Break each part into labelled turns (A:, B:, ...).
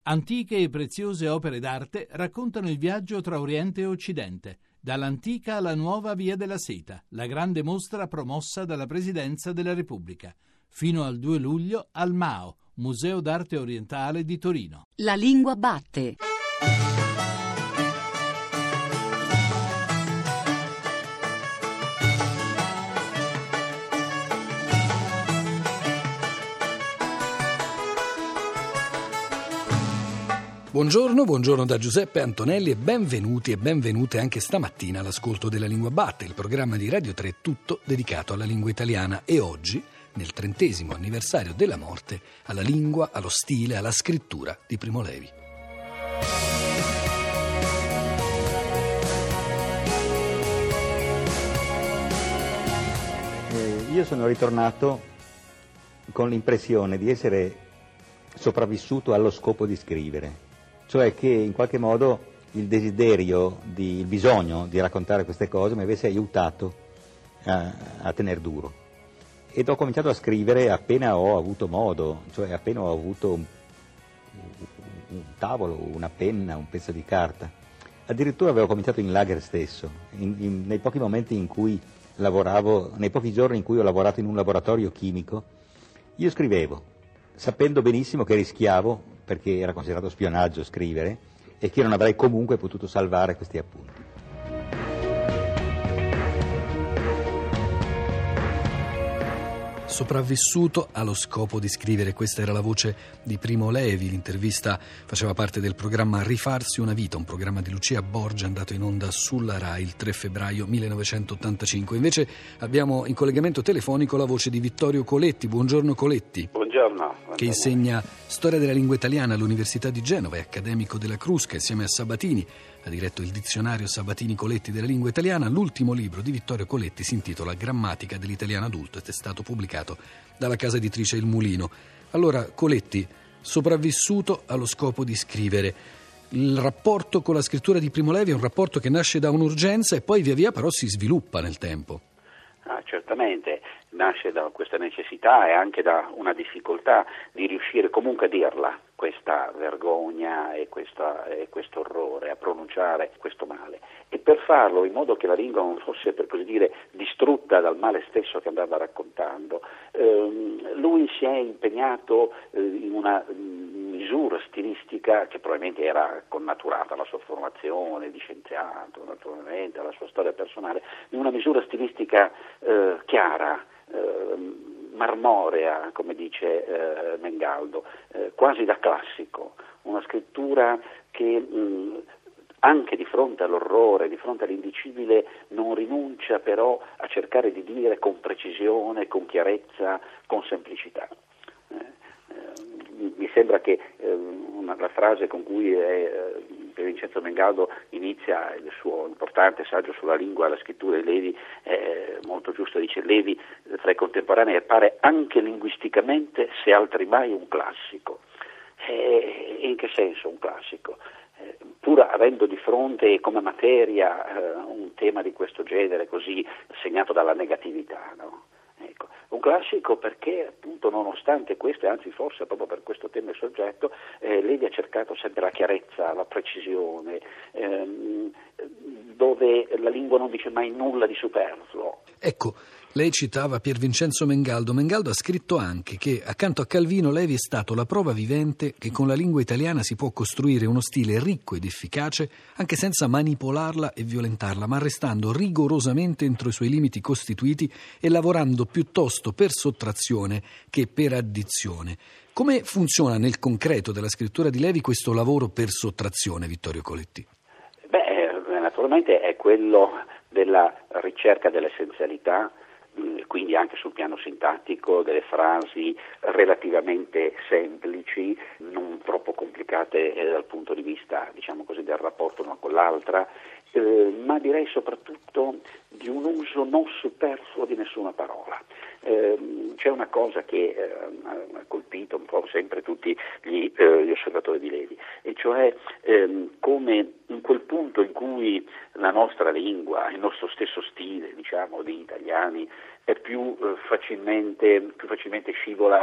A: Antiche e preziose opere d'arte raccontano il viaggio tra Oriente e Occidente, dall'antica alla nuova Via della Seta, la grande mostra promossa dalla Presidenza della Repubblica, fino al 2 luglio al MAO, Museo d'Arte Orientale di Torino.
B: La lingua batte.
C: Buongiorno da Giuseppe Antonelli e benvenuti e benvenute anche stamattina all'ascolto della Lingua Batte, il programma di Radio 3 tutto dedicato alla lingua italiana e oggi, nel 30° anniversario della morte, alla lingua, allo stile, alla scrittura di Primo Levi.
D: Io sono ritornato con l'impressione di essere sopravvissuto allo scopo di scrivere. Cioè che in qualche modo il bisogno di raccontare queste cose mi avesse aiutato a tener duro. Ed ho cominciato a scrivere appena ho avuto modo, cioè appena ho avuto un tavolo, una penna, un pezzo di carta. Addirittura avevo cominciato in lager stesso, nei pochi momenti in cui lavoravo, nei pochi giorni in cui ho lavorato in un laboratorio chimico, io scrivevo, sapendo benissimo che rischiavo, perché era considerato spionaggio scrivere, e che non avrei comunque potuto salvare questi appunti.
C: Sopravvissuto allo scopo di scrivere, questa era la voce di Primo Levi. L'intervista faceva parte del programma Rifarsi una vita, un programma di Lucia Borgia andato in onda sulla Rai il 3 febbraio 1985. Invece abbiamo in collegamento telefonico la voce di Vittorio Coletti. Buongiorno Coletti.
E: Buongiorno.
C: Che insegna storia della lingua italiana all'Università di Genova, è accademico della Crusca, insieme a Sabatini ha diretto il dizionario Sabatini-Coletti della lingua italiana. L'ultimo libro di Vittorio Coletti si intitola Grammatica dell'italiano adulto ed è stato pubblicato dalla casa editrice Il Mulino. Allora, Coletti, sopravvissuto allo scopo di scrivere, il rapporto con la scrittura di Primo Levi è un rapporto che nasce da un'urgenza e poi via via però si sviluppa nel tempo.
E: Certamente nasce da questa necessità e anche da una difficoltà di riuscire comunque a dirla, questa vergogna e questo orrore, a pronunciare questo male, e per farlo in modo che la lingua non fosse, per così dire, distrutta dal male stesso che andava raccontando, lui si è impegnato in una misura stilistica che probabilmente era connaturata alla sua formazione di scienziato, naturalmente, alla sua storia personale, in una misura stilistica chiara, marmorea, come dice Mengaldo, quasi da classico, una scrittura che anche di fronte all'orrore, di fronte all'indicibile, non rinuncia però a cercare di dire con precisione, con chiarezza, con semplicità. Mi sembra che la frase con cui Vincenzo Mengaldo inizia il suo importante saggio sulla lingua e la scrittura di Levi è molto giusto. Dice: Levi tra i contemporanei appare anche linguisticamente, se altri mai, un classico. In che senso un classico? Pur avendo di fronte come materia un tema di questo genere così segnato dalla negatività, no? Ecco, un classico perché appunto nonostante questo, e anzi forse proprio per questo tema e soggetto, Levi ha cercato sempre la chiarezza, la precisione, dove la lingua non dice mai nulla di superfluo.
C: Ecco, lei citava Pier Vincenzo Mengaldo. Mengaldo ha scritto anche che accanto a Calvino Levi è stato la prova vivente che con la lingua italiana si può costruire uno stile ricco ed efficace anche senza manipolarla e violentarla, ma restando rigorosamente entro i suoi limiti costituiti e lavorando piuttosto per sottrazione che per addizione. Come funziona nel concreto della scrittura di Levi questo lavoro per sottrazione, Vittorio Coletti?
E: Naturalmente è quello della ricerca dell'essenzialità, quindi anche sul piano sintattico, delle frasi relativamente semplici, non troppo complicate dal punto di vista, diciamo così, del rapporto una con l'altra, ma direi soprattutto di un uso non superfluo di nessuna parola. C'è una cosa che ha colpito un po' sempre tutti gli osservatori di Levi, e cioè come in quel punto in cui la nostra lingua, il nostro stesso stile, diciamo, di italiani, è più facilmente scivola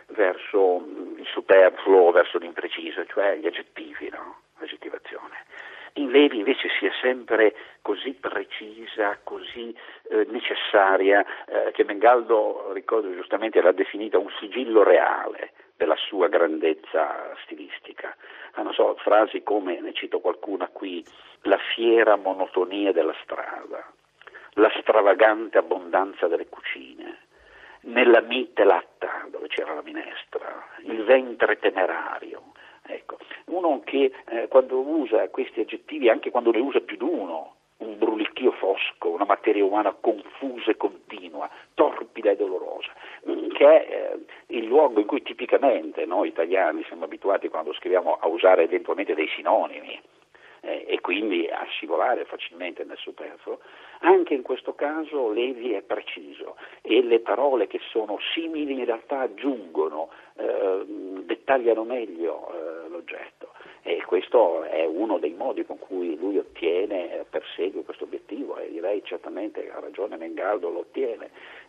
E: verso il superfluo, verso l'impreciso, cioè gli aggettivi, no? L'aggettivazione. In Levi invece si è sempre così precisa, così necessaria, che Mengaldo, ricordo giustamente, l'ha definita un sigillo reale della sua grandezza stilistica. Non so, frasi come, ne cito qualcuna qui, la fiera monotonia della strada, la stravagante abbondanza delle cucine, nella mite latta dove c'era la minestra, il ventre temerario. Ecco, uno che quando usa questi aggettivi, anche quando ne usa più di uno, un brulichio fosco, una materia umana confusa e continua, torpida e dolorosa, che è il luogo in cui tipicamente noi italiani siamo abituati, quando scriviamo, a usare eventualmente dei sinonimi e quindi a scivolare facilmente nel superfluo. Anche in questo caso Levi è preciso e le parole che sono simili in realtà aggiungono, dettagliano meglio l'oggetto, e questo è uno dei modi con cui lui persegue questo obiettivo, e direi certamente ha ragione Mengaldo, lo ottiene.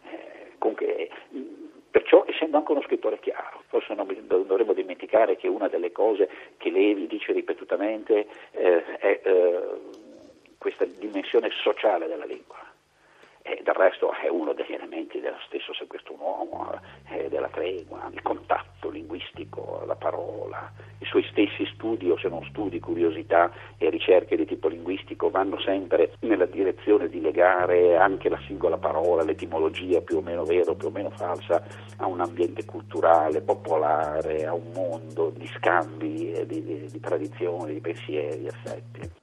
E: Perciò, essendo anche uno scrittore chiaro, forse non dovremmo dimenticare che una delle cose che Levi dice ripetutamente è questa dimensione sociale della lingua. E del resto è uno degli elementi dello stesso Se questo è un uomo, della tregua, il contatto linguistico, la parola. I suoi stessi studi, o se non studi, curiosità e ricerche di tipo linguistico, vanno sempre nella direzione di legare anche la singola parola, l'etimologia più o meno vera o più o meno falsa, a un ambiente culturale, popolare, a un mondo di scambi, di tradizioni, di pensieri, di affetti.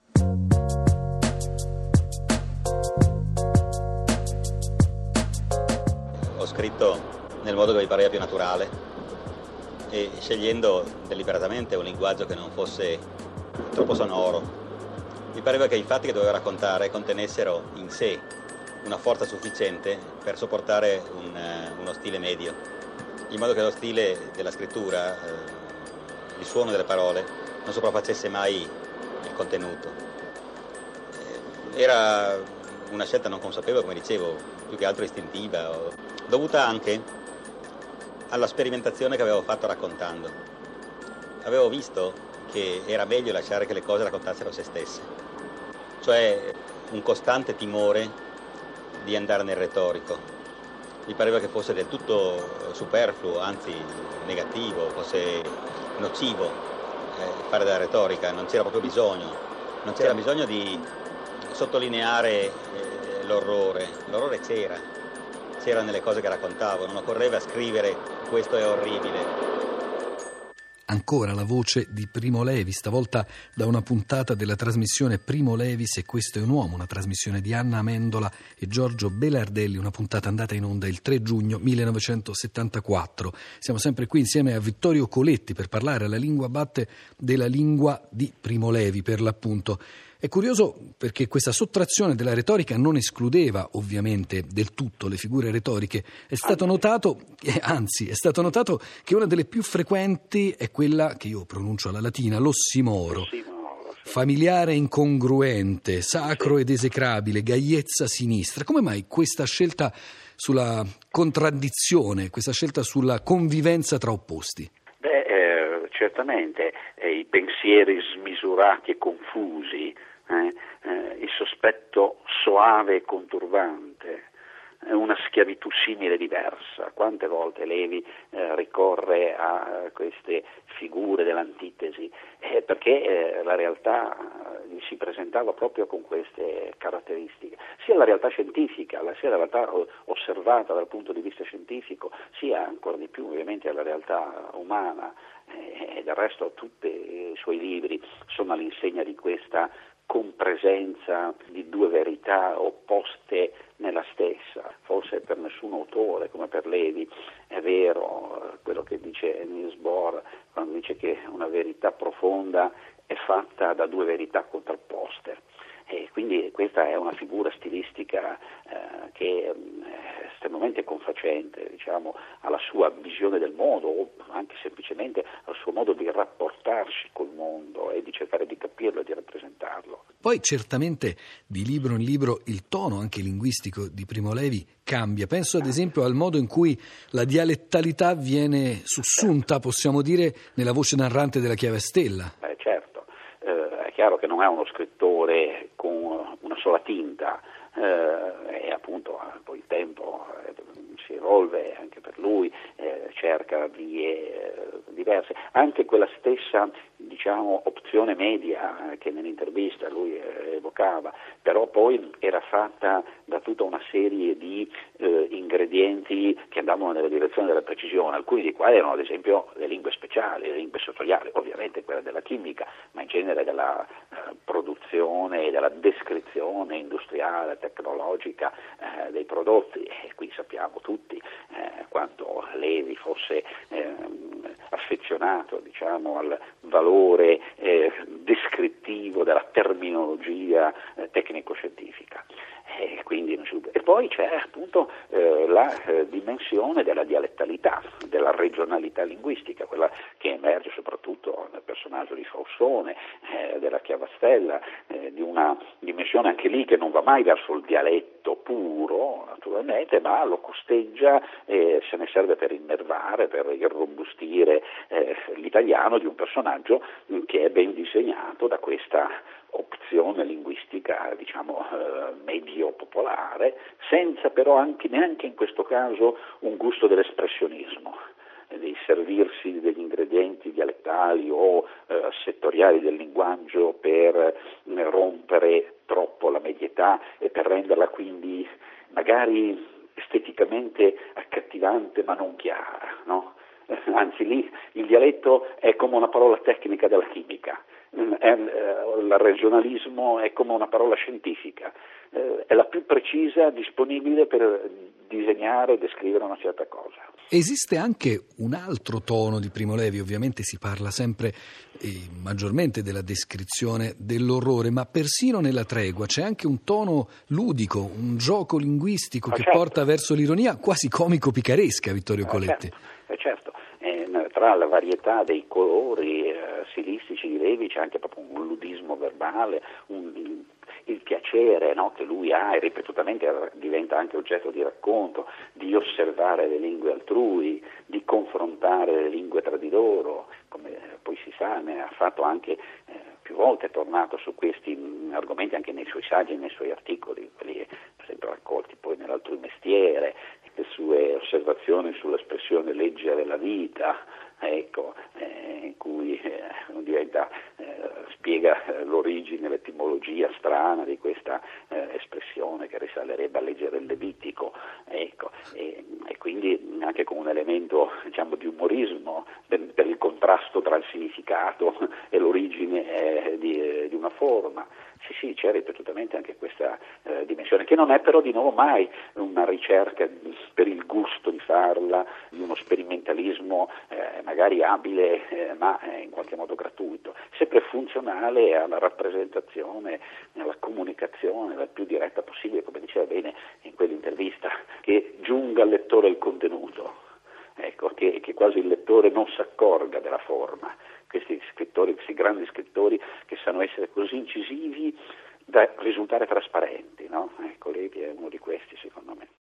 B: Ho scritto nel modo che mi pareva più naturale e scegliendo deliberatamente un linguaggio che non fosse troppo sonoro. Mi pareva che i fatti che dovevo raccontare contenessero in sé una forza sufficiente per sopportare uno stile medio, in modo che lo stile della scrittura, il suono delle parole, non sopraffacesse mai il contenuto. Era una scelta non consapevole, come dicevo, più che altro istintiva, dovuta anche alla sperimentazione che avevo fatto raccontando. Avevo visto che era meglio lasciare che le cose raccontassero se stesse, cioè un costante timore di andare nel retorico. Mi pareva che fosse del tutto superfluo, anzi negativo, fosse nocivo fare della retorica, non c'era proprio bisogno, non c'era bisogno di sottolineare l'orrore c'era nelle cose che raccontavo, non occorreva scrivere questo è orribile.
C: Ancora la voce di Primo Levi, stavolta da una puntata della trasmissione Primo Levi Se questo è un uomo, una trasmissione di Anna Amendola e Giorgio Belardelli, una puntata andata in onda il 3 giugno 1974. Siamo sempre qui insieme a Vittorio Coletti per parlare alla Lingua Batte della lingua di Primo Levi, per l'appunto. È curioso perché questa sottrazione della retorica non escludeva ovviamente del tutto le figure retoriche. È stato notato che una delle più frequenti è quella che io pronuncio alla latina, l'ossimoro. Familiare incongruente, sacro ed esecrabile, gaiezza sinistra. Come mai questa scelta sulla contraddizione, questa scelta sulla convivenza tra opposti?
E: Certamente i pensieri smisurati e confusi, il sospetto soave e conturbante, una schiavitù simile e diversa. Quante volte Levi ricorre a queste figure dell'antitesi, perché la realtà gli si presentava proprio con queste caratteristiche, sia la realtà scientifica, sia la realtà osservata dal punto di vista scientifico, sia ancora di più ovviamente la realtà umana. E del resto tutti i suoi libri sono all'insegna di questa compresenza di due verità opposte nella stessa. Forse per nessun autore come per Levi è vero quello che dice Niels Bohr quando dice che una verità profonda è fatta da due verità contrapposte. E quindi questa è una figura stilistica che è estremamente confacente, diciamo, alla sua visione del mondo, o anche semplicemente al suo modo di rapportarsi col mondo e di cercare di capirlo e di rappresentarlo.
C: Poi certamente di libro in libro il tono anche linguistico di Primo Levi cambia. Penso ad esempio al modo in cui la dialettalità viene sussunta, possiamo dire, nella voce narrante della Chiave a Stella.
E: Certo, è chiaro che non è uno scrittore con una sola tinta, e appunto poi il tempo si evolve anche per lui, cerca vie diverse, anche quella stessa opzione media che nell'intervista lui evocava, però poi era fatta da tutta una serie di ingredienti che andavano nella direzione della precisione, alcuni dei quali erano ad esempio le lingue speciali, le lingue settoriali, ovviamente quella della chimica, ma in genere della produzione, della descrizione industriale, tecnologica dei prodotti, e qui sappiamo tutti quanto Levi fosse affezionato al valore descrittivo della terminologia tecnico-scientifica. E poi c'è appunto la dimensione della dialettalità, della regionalità linguistica, quella che emerge soprattutto nel personaggio di Faussone, della Chiavastella, di una dimensione anche lì che non va mai verso il dialetto puro, naturalmente, ma lo costeggia e se ne serve per innervare, per irrobustire l'italiano di un personaggio che è ben disegnato da questa opzione linguistica, medio popolare, senza però neanche in questo caso un gusto dell'espressionismo, di servirsi degli ingredienti dialettali o settoriali del linguaggio per rompere troppo la medietà e per renderla quindi magari esteticamente accattivante ma non chiara, no? Anzi, lì il dialetto è come una parola tecnica della chimica, il regionalismo è come una parola scientifica, è la più precisa disponibile per disegnare e descrivere una certa cosa.
C: Esiste anche un altro tono di Primo Levi, ovviamente si parla sempre e maggiormente della descrizione dell'orrore, ma persino nella Tregua c'è anche un tono ludico, un gioco linguistico che porta verso l'ironia quasi comico-picaresca, Vittorio Coletti.
E: Certo. Tra la varietà dei colori stilistici di Levi c'è anche proprio un ludismo verbale, il piacere, no, che lui ha e ripetutamente diventa anche oggetto di racconto, di osservare le lingue altrui, di confrontare le lingue tra di loro, come poi si sa, ne ha fatto anche più volte, è tornato su questi argomenti anche nei suoi saggi e nei suoi articoli, quelli per esempio raccolti poi nell'Altrui mestiere, le sue osservazioni sull'espressione leggere la vita, in cui spiega l'origine, l'etimologia strana di questa espressione che risalerebbe a leggere il Levitico, e quindi anche con un elemento di umorismo per il contrasto tra il significato e l'origine di una forma. Sì, c'è ripetutamente anche questa dimensione, che non è però di nuovo mai una ricerca per il gusto di farla, di uno sperimentalismo magari abile ma in qualche modo gratuito, sempre funzionale alla rappresentazione, alla comunicazione la più diretta possibile, come diceva bene in quell'intervista, che giunga al lettore il contenuto, che quasi il lettore non si accorga della forma. Questi scrittori, questi grandi scrittori che sanno essere così incisivi da risultare trasparenti, no? Levi è uno di questi, secondo me.